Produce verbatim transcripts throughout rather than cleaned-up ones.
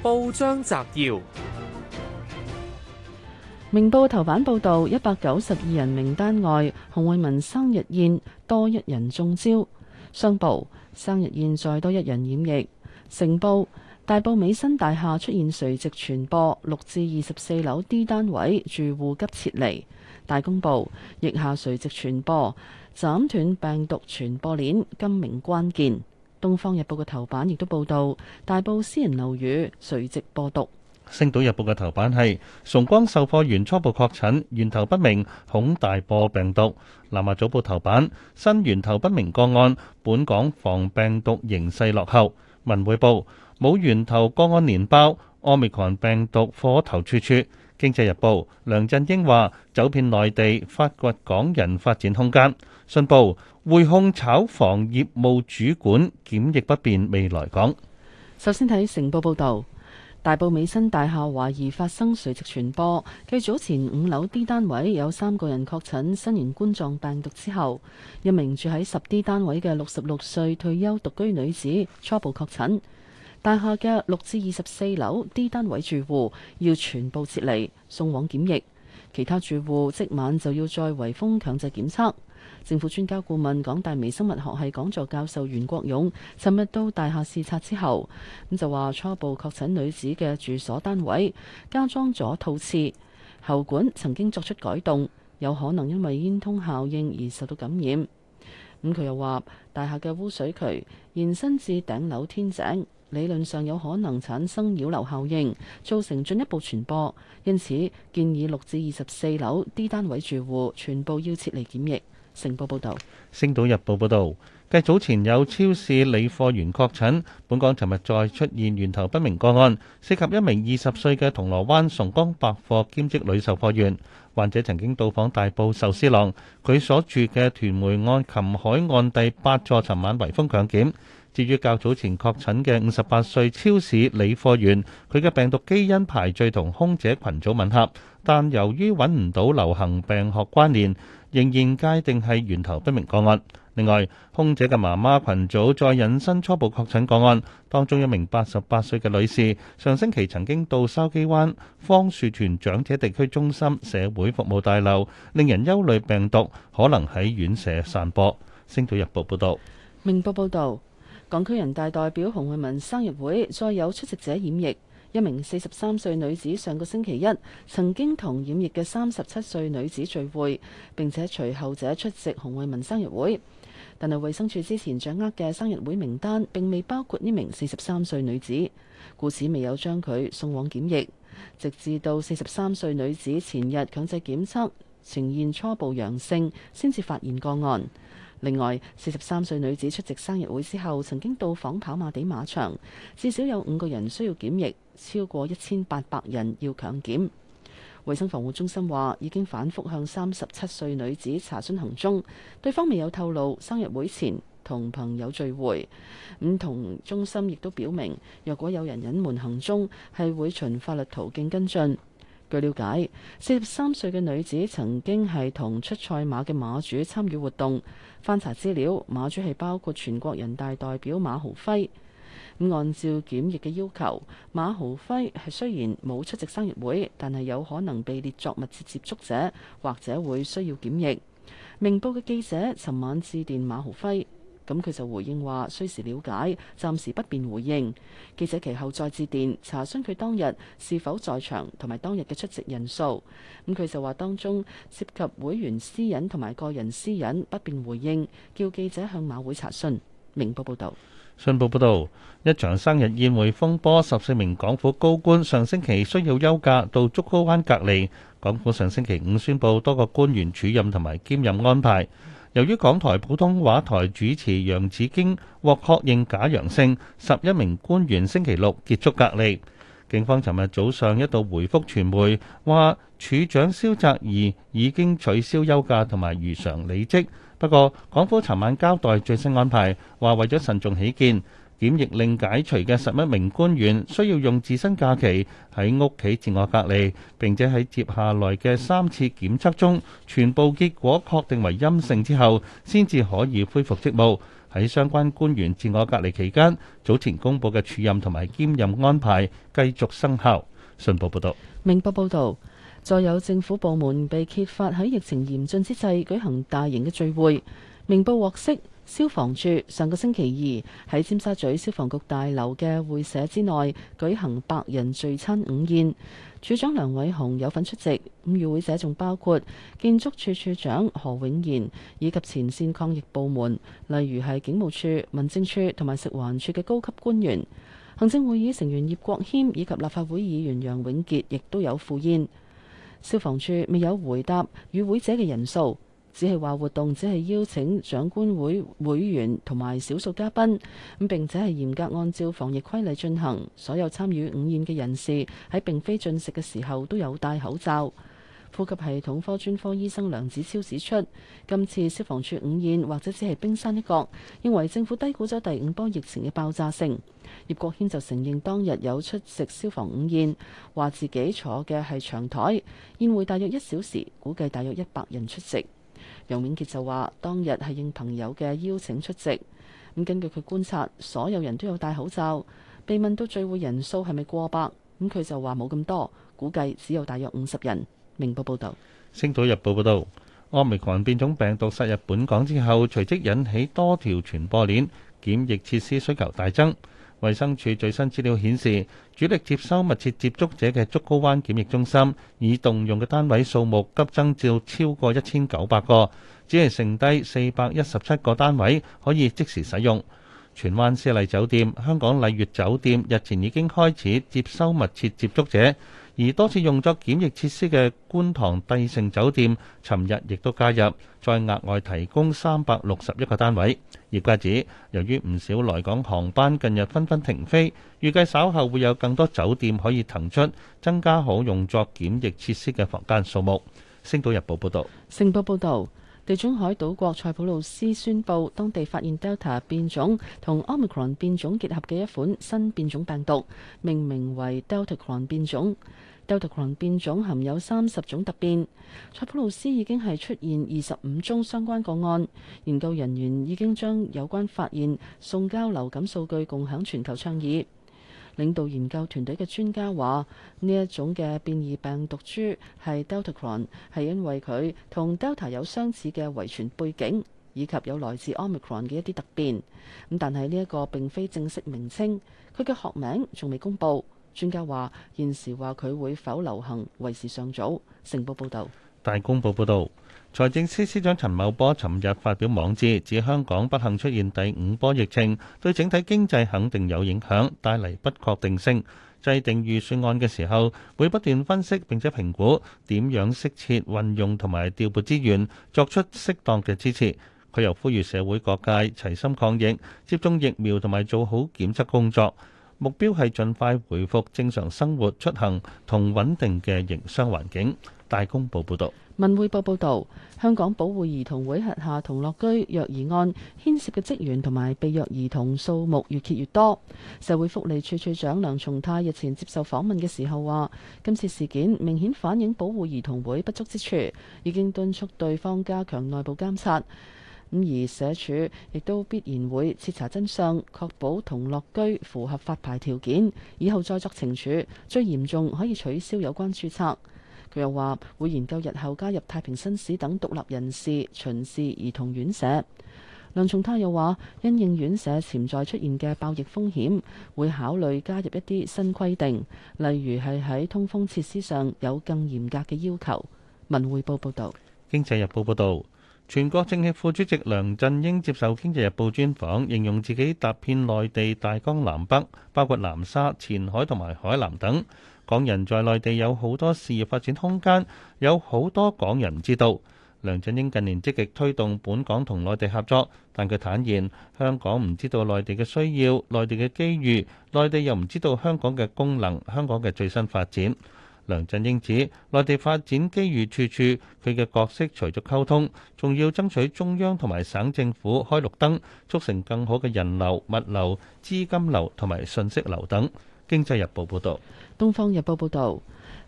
報章摘要： 明報頭版報導，一百九十二人名單外，洪為民生日宴多一人中招。商報生日宴再多一人染疫。成報大埔美新大廈出現垂直傳播，六至二十四樓 D 單位住戶急撤離。大公報疫下垂直傳播，斬斷病毒傳播鏈，今明關鍵。東方日報嘅頭版亦都報導大埔私人樓宇垂直播毒。 星島日報嘅頭版係崇光售貨員初步確診，源頭不明，恐大播病毒。南華早報頭版新源頭不明個案，本港防病毒形勢落後。文匯報冇源頭個案連爆，Omicron病毒禍頭處處。經濟日報梁振英話走遍內地，發掘港人發展空間。信報匯控炒房業務主管檢疫不便未來港。 首先睇成報報導。大埔美新大廈懷疑發生垂直傳播，繼早前五樓 D 單位有三個人確診新型冠狀病毒之後，一名住喺十 D 單位嘅六十六歲退休獨居女子初步確診。大廈嘅六至二十四樓 D 單位住戶要全部撤離，送往檢疫，其他住戶即晚就要再圍封強制檢測。政府專家顧問港大微生物學系講座教授袁國勇尋日到大廈視察之後，咁就話初步確診女子嘅住所單位加裝咗套廁，喉管曾經作出改動，有可能因為煙通效應而受到感染。咁佢又話大廈嘅污水渠延伸至頂樓天井，理論上有可能產生擾流效應，造成進一步傳播，因此建議六至二十四樓 D 單位住戶全部要撤離檢疫。成報報導，《 星島日報》報導，繼早前有超市理貨員確診，本港尋日再出現源頭不明個案，涉及一名二十歲嘅銅鑼灣崇光百貨兼職女售貨員。患者曾經到訪大埔壽司郎，佢所住嘅屯門愛琴海岸第八座尋晚圍封強檢。至於較早前確診嘅五十八歲超市理貨員，佢嘅病毒基因排序同空姐群組吻合，但由於揾唔到流行病學關聯，仍然界定係源頭不明個案。另外，空姐嘅媽媽群組再引申初步確診個案，當中一名八十八歲嘅女士，上星期曾經到筲箕灣芳樹屯長者地區中心社會服務大樓，令人憂慮病毒可能喺院舍散播。星島日報報道。 明報報導，港區人大代表洪為民生日會再有出席者染疫。一名四十三歲女子上個星期一曾經同染疫嘅三十七歲女子聚會，並且隨後者出席洪為民生日會。但係衛生署之前掌握嘅生日會名單並未包括呢名四十三歲女子，故此未有將佢送往檢疫。直至到四十三歲女子前日強制檢測呈現初步陽性，先至發現個案。另外，四十三歲女子出席生日會之後，曾經到訪跑馬地馬場，至少有五個人需要檢疫，超過一千八百人要強檢。衛生防護中心話已經反覆向三十七歲女子查詢行蹤，對方未有透露生日會前同朋友聚會。咁同中心亦都表明，若果有人隱瞞行蹤，係會循法律途徑跟進。據了解，四十三歲嘅女子曾經係同出賽馬嘅馬主參與活動。翻查資料，馬主係包括全國人大代表馬豪輝。咁按照檢疫嘅要求，馬豪輝係雖然冇出席生日會，但係有可能被列作密切接觸者，或者會需要檢疫。明報嘅記者尋晚致電馬豪輝。咁佢就回應話需時了解，暫時不便回應。記者其後再致電查詢佢當日是否在場同埋當日嘅出席人數。咁佢就話當中涉及會員私隱同埋個人私隱，不便回應，叫記者向馬會查詢。明報報道。 信報報導，一場生日宴會風波，十四名港府高官上星期需要休假到竹篙灣隔離。港府上星期五宣布多個官員署任同埋兼任安排。由於港台普通話台主持楊子京獲確認假陽性，十一名官員星期六結束隔離。警方尋日早上一度回覆傳媒，話處長蕭澤頤已經取消休假同埋如常履職。不過，港府尋晚交代最新安排，話為咗慎重起見，檢疫令解除嘅十一名官員需要用自身假期喺屋企自我隔離，並且喺接下來嘅三次檢測中，全部結果確定為陰性之後，先至可以恢復職務。 喺相關官員自我隔離期間，早前公佈嘅署任同埋兼任安排繼續生效。信報報道。 明報報導，再有政府部門被揭發喺疫情嚴峻之際舉行大型嘅聚會。明報獲悉，消防處上個星期二喺尖沙咀消防局大樓嘅會社之內舉行百人聚餐午宴，處長梁偉雄有份出席。咁與會者仲包括建築處處長何永賢以及前線抗疫部門，例如係警務處、民政處同埋食環署嘅高級官員。行政會議成員葉國謙以及立法會議員楊永傑亦都有赴宴。消防處未有回答與會者嘅人數，只係話活動只係邀請長官會會員同埋少數嘉賓，咁並且係嚴格按照防疫規例進行。所有參與午宴嘅人士喺並非進食嘅時候都有戴口罩。呼吸系統科專科醫生梁子超指出，今次消防處午宴或者只係冰山一角，認為政府低估咗第五波疫情嘅爆炸性。葉國謙就承認當日有出席消防午宴，話自己坐嘅係長台，宴會大約一小時，估計大約一百人出席。楊永傑就話當日係應朋友嘅邀請出席。咁根據佢觀察，所有人都有戴口罩。被問到聚會人數係咪過百，咁佢就話冇咁多，估計只有大約五十人。明報報導， 《星島日報》報導，Omicron變種病毒殺入本港之後，隨即引起多條傳播鏈，檢疫設施需求大增。衛生署最新資料顯示，主力接收密切接觸者嘅竹篙灣檢疫中心，已動用嘅單位數目急增至超過一千九百個，只係剩低四百一十七個單位可以即時使用。荃灣絲麗酒店、香港麗悅酒店日前已經開始接收密切接觸者。而多次用作檢疫設施嘅觀塘帝盛酒店，尋日亦都加入，再額外提供三百六十一個單位。業界指，由於唔少來港航班近日紛紛停飛，預計稍後會有更多酒店可以騰出，增加可用作檢疫設施嘅房間數目。星島日報報道。 星報報導。地中海島國塞浦路斯宣布，當地發現 Delta 變種同 Omicron 變種結合嘅一款新變種病毒，命名為 Deltacron 變種。Deltacron 變種含有三十種突變。塞浦路斯已經係出現二十五宗相關個案，研究人員已經將有關發現送交流感數據共享全球倡議。領導研究團隊嘅專家話：呢一種嘅變異病毒株係 Deltacron，係因為佢同 Delta 有相似嘅遺傳背景，以及有來自 Omicron 嘅一啲突變。咁但係呢一個並非正式名稱，佢嘅學名仲未公佈。專家話現時話佢會否流行為時尚早。成報報導。 大公報報導。財政司司長陳茂波尋日發表網誌，指香港不幸出現第五波疫情，對整體經濟肯定有影響，帶嚟不確定性。制定預算案嘅時候，會不斷分析並且評估點樣適切運用同埋調撥資源，作出適當嘅支持。佢又呼籲社會各界齊心抗疫，接種疫苗同埋做好檢測工作，目標係盡快回復正常生活、出行同穩定嘅營商環境。大公報報導。 文匯報報道，香港保護兒童會轄下童樂居虐兒案牽涉嘅職員同埋被虐兒童數目越揭越多。社會福利署署長梁松泰日前接受訪問嘅時候話，今次事件明顯反映保護兒童會不足之處，已經敦促對方加強內部監察。咁而社署亦都必然會徹查真相，確保童樂居符合發牌條件，以後再作懲處，最嚴重可以取消有關註冊。佢又話會研究日後加入太平紳士等獨立人士巡視兒童院舍。梁松泰又話，因應院舍潛在出現嘅爆疫風險，會考慮加入一啲新規定，例如係喺通風設施上有更嚴格嘅要求。文匯報報導。 經濟日報報導，全國政協副主席梁振英接受經濟日報專訪，形容自己踏遍內地大江南北，包括南沙、前海同埋海南等。港人在內地有好多事業發展空間，有好多港人唔知道。梁振英近年積極推動本港同內地合作，但佢坦言香港唔知道內地嘅需要、內地嘅機遇，內地又唔知道香港嘅功能、香港嘅最新發展。梁振英指內地發展機遇處處，佢嘅角色除咗溝通，仲要爭取中央同埋省政府開綠燈，促成更好嘅人流、物流、資金流同埋信息流等。經濟日報報導。 東方日報報導，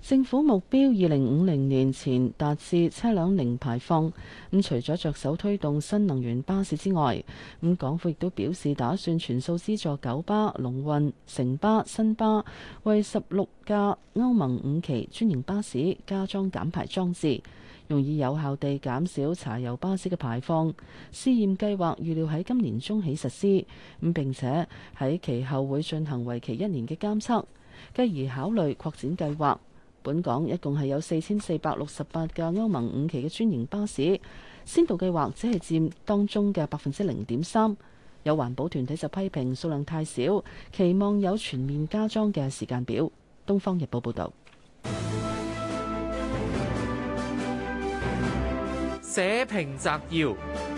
政府目標二零五零年前達至車輛零排放。咁除咗着手推動新能源巴士之外，咁港府亦都表示打算全數資助九巴、龍運、城巴、新巴為十六架歐盟五期專營巴士加裝減排裝置，用以有效地減少柴油巴士嘅排放。試驗計劃預料喺今年中起實施，咁並且喺其後會進行為期一年嘅監測，繼而考慮擴展計劃。本港一共係有四千四百六十八架歐盟五期嘅專營巴士，先導計劃只係佔當中嘅百分之零點三。有環保團體就批評數量太少，期望有全面加裝嘅時間表。《東方日報》報導。 社評摘要。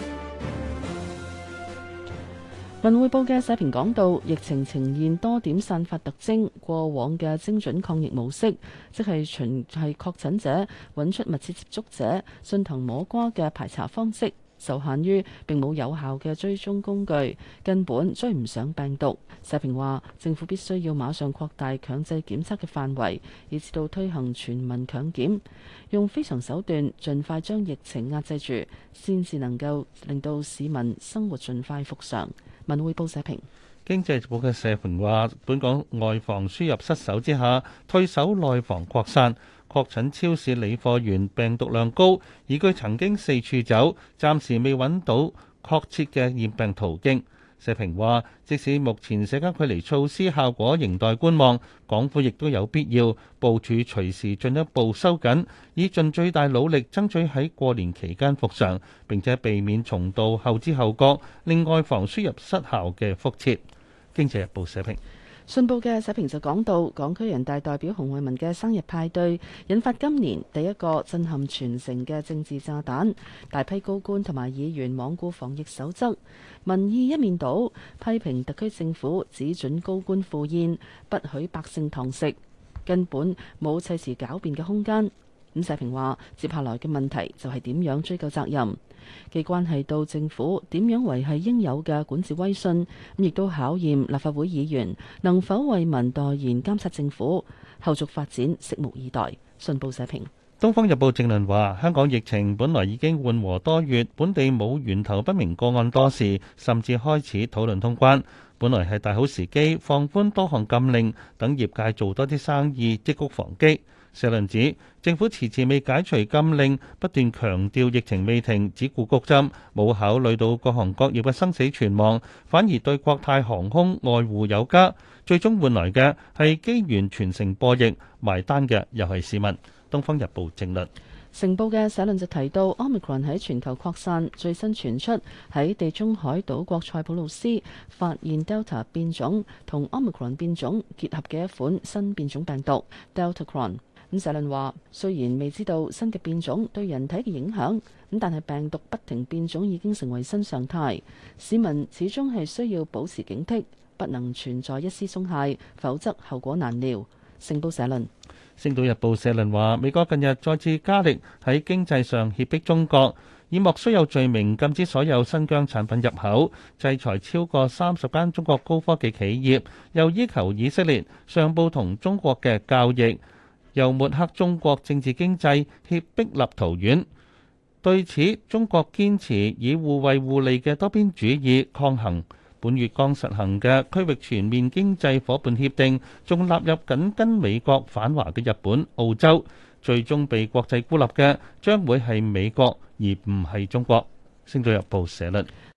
文匯報嘅社評講到，疫情呈現多點散發特徵，過往嘅精準抗疫模式，即係循係確診者揾出密切接觸者，順藤摸瓜嘅排查方式，受限於並冇有效嘅追蹤工具，根本追唔上病毒。社評話，政府必須要馬上擴大強制檢測嘅範圍，以至到推行全民強檢，用非常手段盡快將疫情壓制住，先至能夠令到市民生活盡快復常。文匯報社評。 經濟日報嘅社評話，本港外防輸入失守之下，退守內防擴散，確診超市理貨員病毒量高，以佢曾經四處走，暫時未揾到確切嘅驗病途徑。社評話，即使目前社交距離措施效果仍待觀望，港府亦都有必要部署隨時進一步收緊，以盡最大努力爭取喺過年期間復常，並且避免重蹈後知後覺，令外防輸入失效嘅覆轍。經濟日報社評。 信報嘅社評就講到，港區人大代表洪為民嘅生日派對引發今年第一個震撼全城嘅政治炸彈，大批高官同埋議員罔顧防疫守則，民意一面倒，批評特區政府只准高官赴宴，不許百姓堂食，根本冇砌詞狡辯嘅空間。咁社評話，接下來嘅問題就係點樣追究責任，既關係到政府點樣維繫應有嘅管治威信，咁亦都考驗立法會議員能否為民代言監察政府。後續發展拭目以待。信報社評。《 東方日報》正論話，香港疫情本來已經緩和多月，本地冇源頭不明個案多時，甚至開始討論通關，本來係大好時機，放寬多項禁令，等業界做多啲生意，積谷防饑。社論指政府遲遲未解除禁令，不斷強調疫情未停，只顧谷針，冇考慮到各行各業嘅生死存亡，反而對國泰航空愛護有加，最終換來嘅係機緣全城播疫，埋單嘅又係市民。《東方日報》正論。 成報嘅社論就提到 Omicron 喺全球擴散，最新傳出喺地中海島國塞浦路斯發現 Delta 變種同 Omicron 變種結合嘅一款新變種病毒 Deltacron。咁社論話，雖然未知道新嘅變種對人體嘅影響，咁但係病毒不停變種已經成為新常態，市民始終係需要保持警惕，不能存在一絲鬆懈，否則後果難料。成報社論。《 星島日報》社論話，美國近日再次加力喺經濟上脅迫中國，以莫須有罪名禁止所有新疆產品入口，制裁超過三十間中國高科技企業，又要求以色列上報同中國嘅交易，又抹黑中國政治經濟脅迫立陶宛。對此，中國堅持以互惠互利嘅多邊主義抗衡。本月剛實行嘅區域全面經濟夥伴協定，仲納入緊跟美國反華嘅日本、澳洲，最終被國際孤立嘅將會係美國，而唔係中國。星島日報社論。